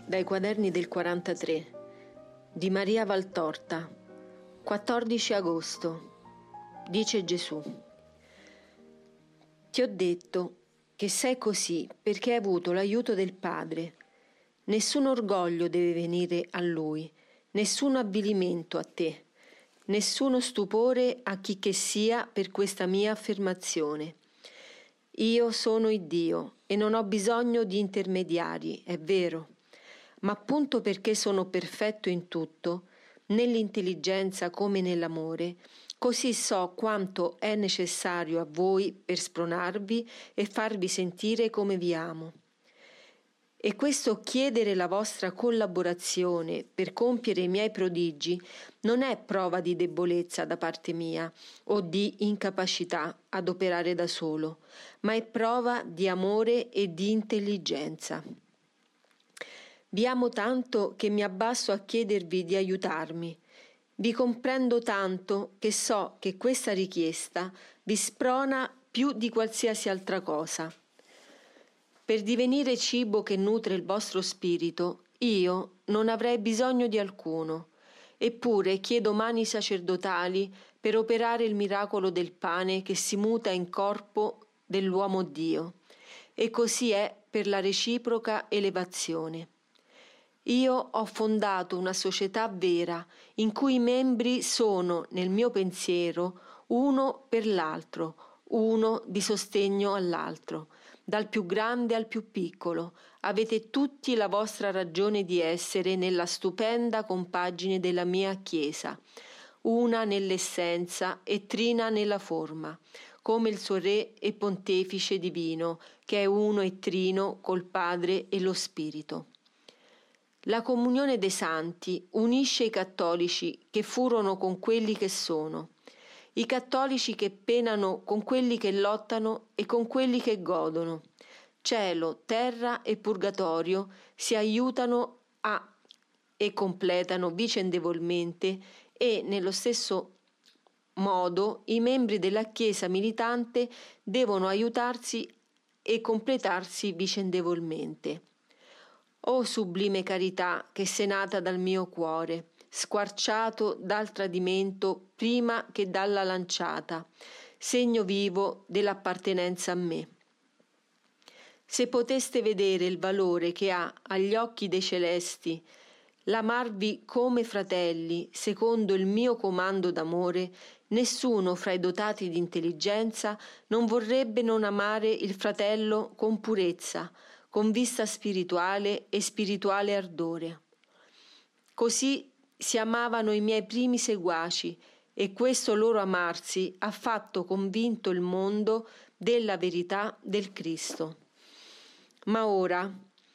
Dai quaderni del 43 di Maria Valtorta, 14 agosto. Dice Gesù: ti ho detto che sei così perché hai avuto l'aiuto del Padre. Nessun orgoglio deve venire a Lui, nessun avvilimento a te, nessuno stupore a chi che sia per questa mia affermazione. Io sono il Dio e non ho bisogno di intermediari, è vero, ma appunto perché sono perfetto in tutto, nell'intelligenza come nell'amore, così so quanto è necessario a voi per spronarvi e farvi sentire come vi amo. E questo chiedere la vostra collaborazione per compiere i miei prodigi non è prova di debolezza da parte mia o di incapacità ad operare da solo, ma è prova di amore e di intelligenza. Vi amo tanto che mi abbasso a chiedervi di aiutarmi. Vi comprendo tanto che so che questa richiesta vi sprona più di qualsiasi altra cosa. Per divenire cibo che nutre il vostro spirito, io non avrei bisogno di alcuno, eppure chiedo mani sacerdotali per operare il miracolo del pane che si muta in corpo dell'uomo Dio, e così è per la reciproca elevazione. Io ho fondato una società vera in cui i membri sono, nel mio pensiero, uno per l'altro, uno di sostegno all'altro. Dal più grande al più piccolo, avete tutti la vostra ragione di essere nella stupenda compagine della mia Chiesa, una nell'essenza e trina nella forma, come il suo Re e Pontefice divino, che è uno e trino col Padre e lo Spirito. La comunione dei santi unisce i cattolici che furono con quelli che sono, i cattolici che penano con quelli che lottano e con quelli che godono. Cielo, terra e purgatorio si aiutano e completano vicendevolmente, e nello stesso modo i membri della Chiesa militante devono aiutarsi e completarsi vicendevolmente. O sublime carità che sei nata dal mio cuore, squarciato dal tradimento prima che dalla lanciata, segno vivo dell'appartenenza a me. Se poteste vedere il valore che ha agli occhi dei celesti l'amarvi come fratelli secondo il mio comando d'amore, nessuno fra i dotati di intelligenza non vorrebbe non amare il fratello con purezza, con vista spirituale e spirituale ardore. Così si amavano i miei primi seguaci, e questo loro amarsi ha fatto convinto il mondo della verità del Cristo. Ma ora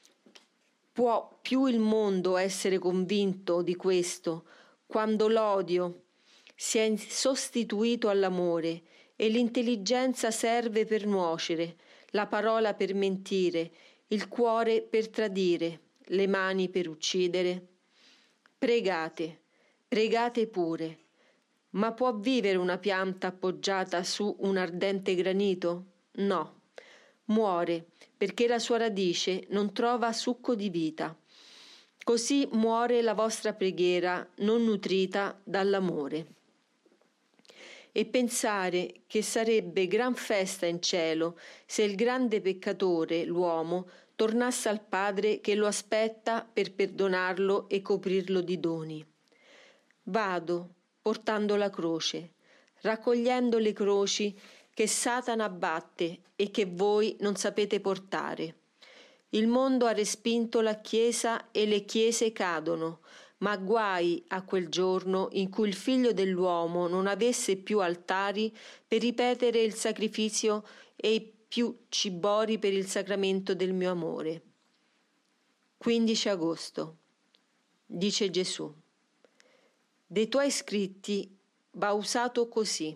può più il mondo essere convinto di questo, quando l'odio si è sostituito all'amore e l'intelligenza serve per nuocere, la parola per mentire, il cuore per tradire, le mani per uccidere? Pregate, pregate pure. Ma può vivere una pianta appoggiata su un ardente granito? No. Muore perché la sua radice non trova succo di vita. Così muore la vostra preghiera non nutrita dall'amore. E pensare che sarebbe gran festa in cielo se il grande peccatore, l'uomo, tornasse al Padre che lo aspetta per perdonarlo e coprirlo di doni. Vado, portando la croce, raccogliendo le croci che Satana abbatte e che voi non sapete portare. Il mondo ha respinto la Chiesa e le chiese cadono, ma guai a quel giorno in cui il Figlio dell'uomo non avesse più altari per ripetere il sacrificio e più cibori per il sacramento del mio amore. 15 agosto. Dice Gesù: dei tuoi scritti va usato così.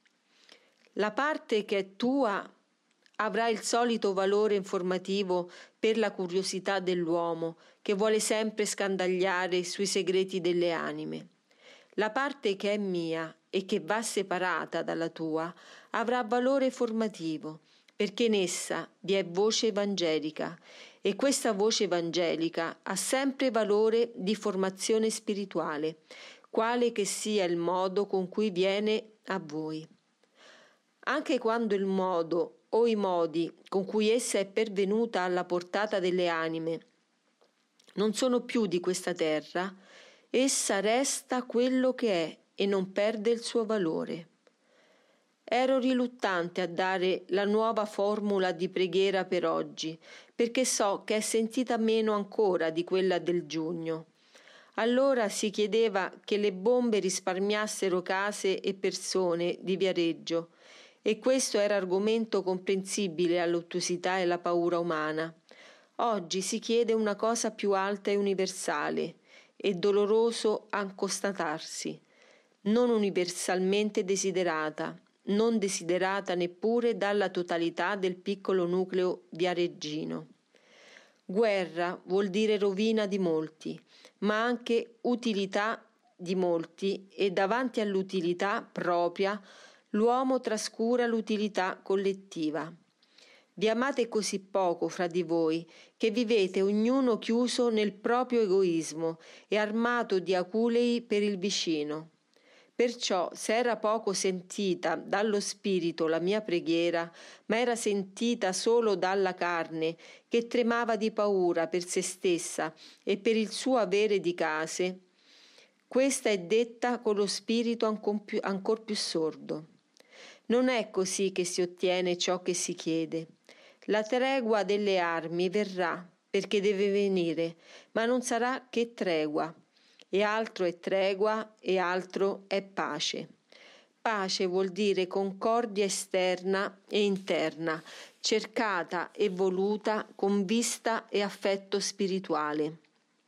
La parte che è tua avrà il solito valore informativo per la curiosità dell'uomo che vuole sempre scandagliare sui segreti delle anime. La parte che è mia e che va separata dalla tua avrà valore formativo perché in essa vi è voce evangelica e questa voce evangelica ha sempre valore di formazione spirituale, quale che sia il modo con cui viene a voi. Anche quando il modo o i modi con cui essa è pervenuta alla portata delle anime non sono più di questa terra, essa resta quello che è e non perde il suo valore. Ero riluttante a dare la nuova formula di preghiera per oggi, perché so che è sentita meno ancora di quella del giugno. Allora si chiedeva che le bombe risparmiassero case e persone di Viareggio, e questo era argomento comprensibile all'ottusità e alla paura umana. Oggi si chiede una cosa più alta e universale, e doloroso a constatarsi, non universalmente desiderata, non desiderata neppure dalla totalità del piccolo nucleo viareggino. Guerra vuol dire rovina di molti, ma anche utilità di molti, e davanti all'utilità propria l'uomo trascura l'utilità collettiva. Vi amate così poco fra di voi che vivete ognuno chiuso nel proprio egoismo e armato di aculei per il vicino. Perciò, se era poco sentita dallo spirito la mia preghiera, ma era sentita solo dalla carne, che tremava di paura per se stessa e per il suo avere di case, questa è detta con lo spirito ancor più sordo. Non è così che si ottiene ciò che si chiede. La tregua delle armi verrà, perché deve venire, ma non sarà che tregua. E altro è tregua e altro è pace. Pace vuol dire concordia esterna e interna, cercata e voluta con vista e affetto spirituale.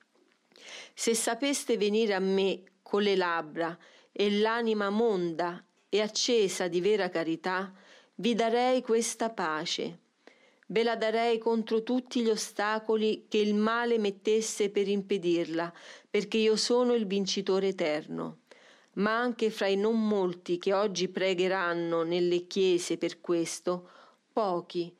Se sapeste venire a me con le labbra e l'anima monda e accesa di vera carità, vi darei questa pace. Ve la darei contro tutti gli ostacoli che il male mettesse per impedirla, perché io sono il vincitore eterno. Ma anche fra i non molti che oggi pregheranno nelle chiese per questo, pochi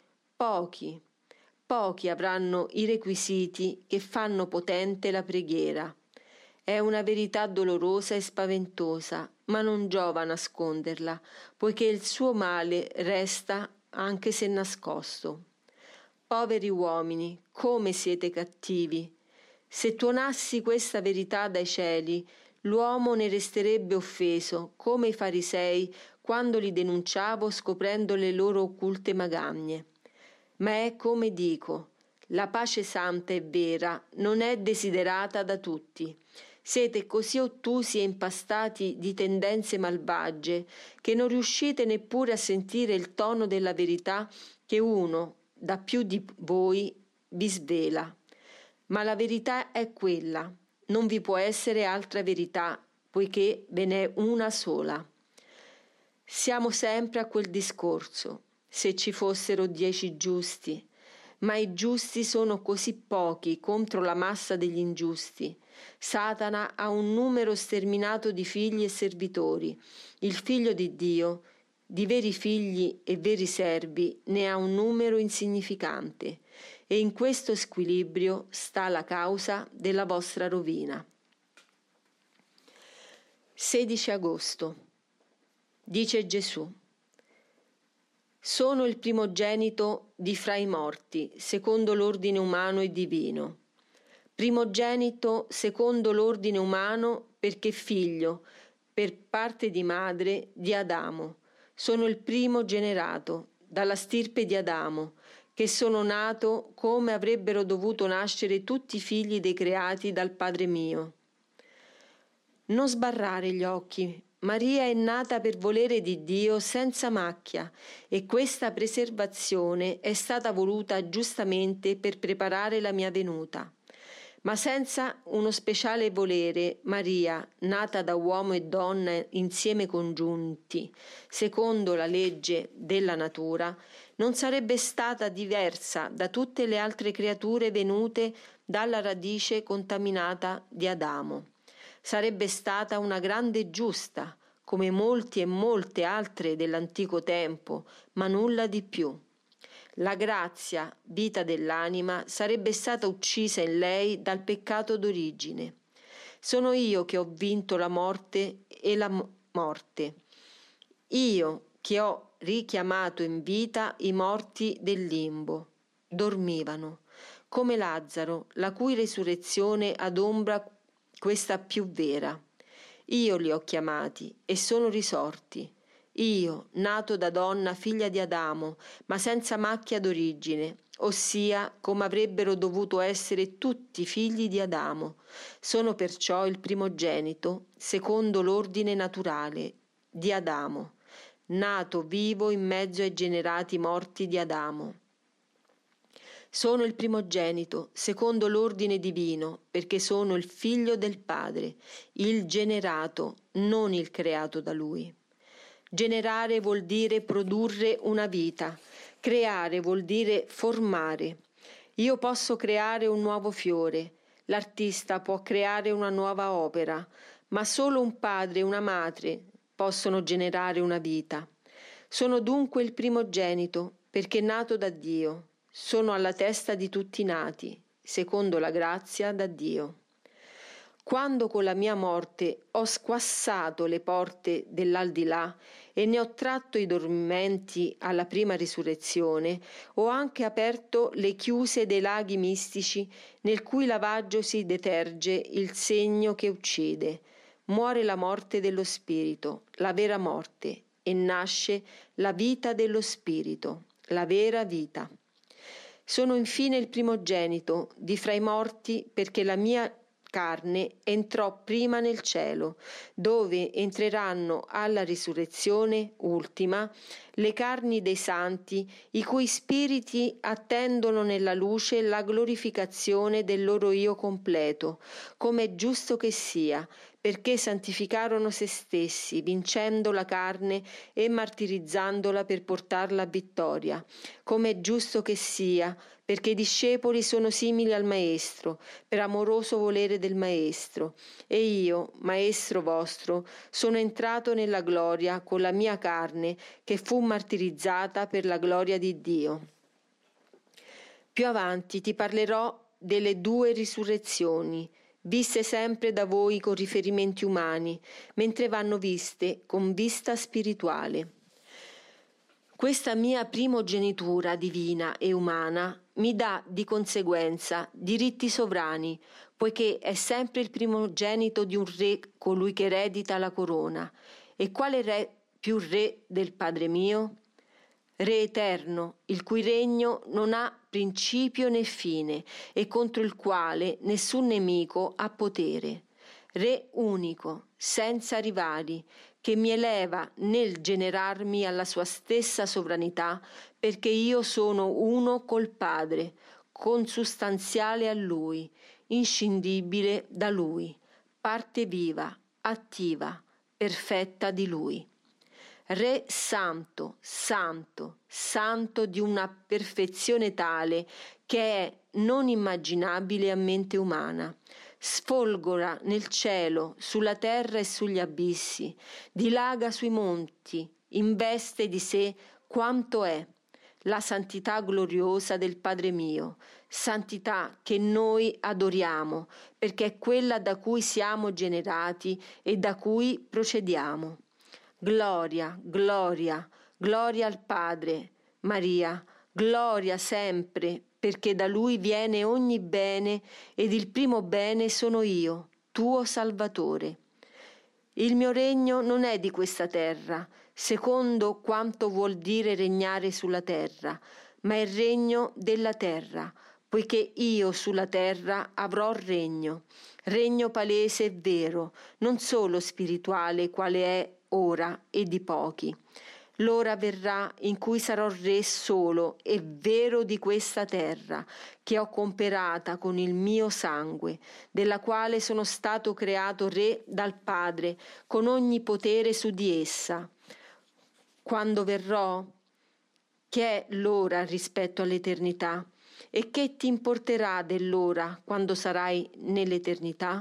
avranno i requisiti che fanno potente la preghiera. È una verità dolorosa e spaventosa, ma non giova nasconderla, poiché il suo male resta anche se nascosto. Poveri uomini, come siete cattivi! Se tuonassi questa verità dai cieli, l'uomo ne resterebbe offeso, come i farisei quando li denunciavo scoprendo le loro occulte magagne. Ma è come dico, la pace santa e vera non è desiderata da tutti. Siete così ottusi e impastati di tendenze malvagie che non riuscite neppure a sentire il tono della verità che uno, da più di voi, vi svela. Ma la verità è quella, non vi può essere altra verità, poiché ve n'è una sola. Siamo sempre a quel discorso, se ci fossero 10 giusti, ma i giusti sono così pochi contro la massa degli ingiusti. Satana ha un numero sterminato di figli e servitori. Il figlio di Dio, di veri figli e veri servi, ne ha un numero insignificante, e in questo squilibrio sta la causa della vostra rovina. 16 agosto. Dice Gesù: sono il primogenito di fra i morti, secondo l'ordine umano e divino. Primogenito secondo l'ordine umano perché figlio, per parte di madre, di Adamo. Sono il primo generato, dalla stirpe di Adamo, che sono nato come avrebbero dovuto nascere tutti i figli dei creati dal Padre mio. Non sbarrare gli occhi. Maria è nata per volere di Dio senza macchia, e questa preservazione è stata voluta giustamente per preparare la mia venuta. Ma senza uno speciale volere, Maria, nata da uomo e donna insieme congiunti, secondo la legge della natura, non sarebbe stata diversa da tutte le altre creature venute dalla radice contaminata di Adamo. Sarebbe stata una grande giusta, come molti e molte altre dell'antico tempo, ma nulla di più. La grazia, vita dell'anima, sarebbe stata uccisa in lei dal peccato d'origine. Sono io che ho vinto la morte e la morte. Io che ho richiamato in vita i morti del limbo. Dormivano, come Lazzaro, la cui resurrezione adombra questa più vera. Io li ho chiamati e sono risorti. Io, nato da donna figlia di Adamo, ma senza macchia d'origine, ossia come avrebbero dovuto essere tutti i figli di Adamo. Sono perciò il primogenito, secondo l'ordine naturale, di Adamo, nato vivo in mezzo ai generati morti di Adamo. Sono il primogenito, secondo l'ordine divino, perché sono il figlio del Padre, il generato, non il creato da Lui. Generare vuol dire produrre una vita, creare vuol dire formare. Io posso creare un nuovo fiore, l'artista può creare una nuova opera, ma solo un padre e una madre possono generare una vita. Sono dunque il primogenito, perché nato da Dio. Sono alla testa di tutti i nati, secondo la grazia da Dio. Quando con la mia morte ho squassato le porte dell'aldilà e ne ho tratto i dormenti alla prima risurrezione, ho anche aperto le chiuse dei laghi mistici nel cui lavaggio si deterge il segno che uccide. Muore la morte dello spirito, la vera morte, e nasce la vita dello spirito, la vera vita. Sono infine il primogenito di fra i morti perché la mia carne entrò prima nel cielo, dove entreranno alla risurrezione ultima le carni dei santi, i cui spiriti attendono nella luce la glorificazione del loro io completo, come è giusto che sia, perché santificarono se stessi, vincendo la carne e martirizzandola per portarla a vittoria, come è giusto che sia, perché i discepoli sono simili al Maestro, per amoroso volere del Maestro. E io, Maestro vostro, sono entrato nella gloria con la mia carne, che fu martirizzata per la gloria di Dio. Più avanti ti parlerò delle 2 risurrezioni, viste sempre da voi con riferimenti umani, mentre vanno viste con vista spirituale. Questa mia primogenitura divina e umana mi dà di conseguenza diritti sovrani, poiché è sempre il primogenito di un re colui che eredita la corona. E quale re più re del Padre mio? Re eterno, il cui regno non ha principio né fine e contro il quale nessun nemico ha potere. Re unico, senza rivali, che mi eleva nel generarmi alla sua stessa sovranità, perché io sono uno col Padre, consustanziale a Lui, inscindibile da Lui, parte viva, attiva, perfetta di Lui. Re santo, santo, santo di una perfezione tale che è non immaginabile a mente umana. Sfolgora nel cielo, sulla terra e sugli abissi, dilaga sui monti, investe di sé quanto è la santità gloriosa del Padre mio, santità che noi adoriamo, perché è quella da cui siamo generati e da cui procediamo. Gloria, gloria, gloria al Padre, Maria, gloria sempre, perché da Lui viene ogni bene ed il primo bene sono io, tuo Salvatore. Il mio regno non è di questa terra, secondo quanto vuol dire regnare sulla terra, ma è il regno della terra, poiché io sulla terra avrò regno palese e vero, non solo spirituale quale è ora e di pochi. L'ora verrà in cui sarò re solo e vero di questa terra, che ho comperata con il mio sangue, della quale sono stato creato re dal Padre, con ogni potere su di essa. Quando verrò, che è l'ora rispetto all'eternità? E che ti importerà dell'ora quando sarai nell'eternità?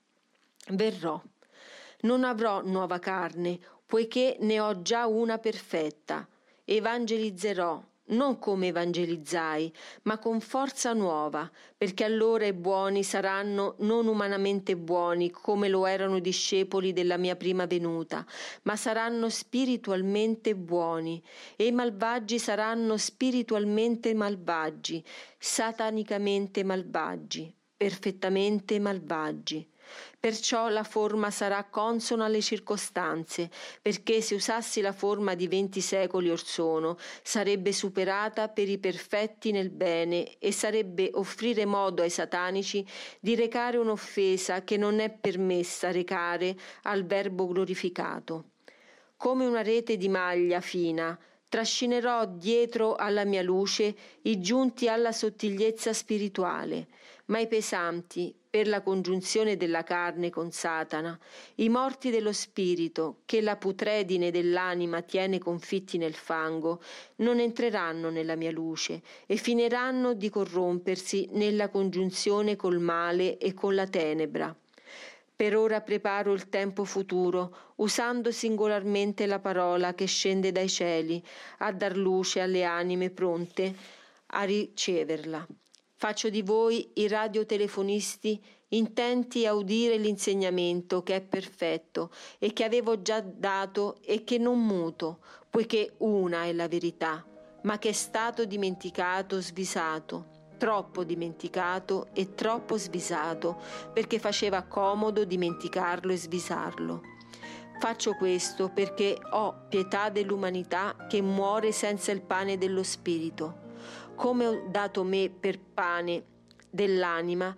Verrò. Non avrò nuova carne, poiché ne ho già una perfetta. Evangelizzerò, non come evangelizzai, ma con forza nuova, perché allora i buoni saranno non umanamente buoni come lo erano i discepoli della mia prima venuta, ma saranno spiritualmente buoni, e i malvagi saranno spiritualmente malvagi, satanicamente malvagi, perfettamente malvagi. Perciò la forma sarà consona alle circostanze, perché se usassi la forma di 20 secoli or sono, sarebbe superata per i perfetti nel bene e sarebbe offrire modo ai satanici di recare un'offesa che non è permessa recare al Verbo glorificato. Come una rete di maglia fina, trascinerò dietro alla mia luce i giunti alla sottigliezza spirituale, ma i pesanti, per la congiunzione della carne con Satana, i morti dello spirito, che la putredine dell'anima tiene confitti nel fango, non entreranno nella mia luce e finiranno di corrompersi nella congiunzione col male e con la tenebra. Per ora preparo il tempo futuro, usando singolarmente la parola che scende dai cieli, a dar luce alle anime pronte a riceverla. Faccio di voi i radiotelefonisti intenti a udire l'insegnamento che è perfetto e che avevo già dato e che non muto, poiché una è la verità, ma che è stato dimenticato, svisato, troppo dimenticato e troppo svisato, perché faceva comodo dimenticarlo e svisarlo. Faccio questo perché ho pietà dell'umanità che muore senza il pane dello spirito. Come ho dato me per pane dell'anima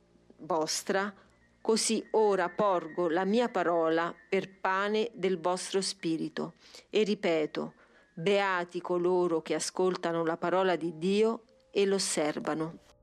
vostra, così ora porgo la mia parola per pane del vostro spirito. E ripeto, beati coloro che ascoltano la parola di Dio e l'osservano.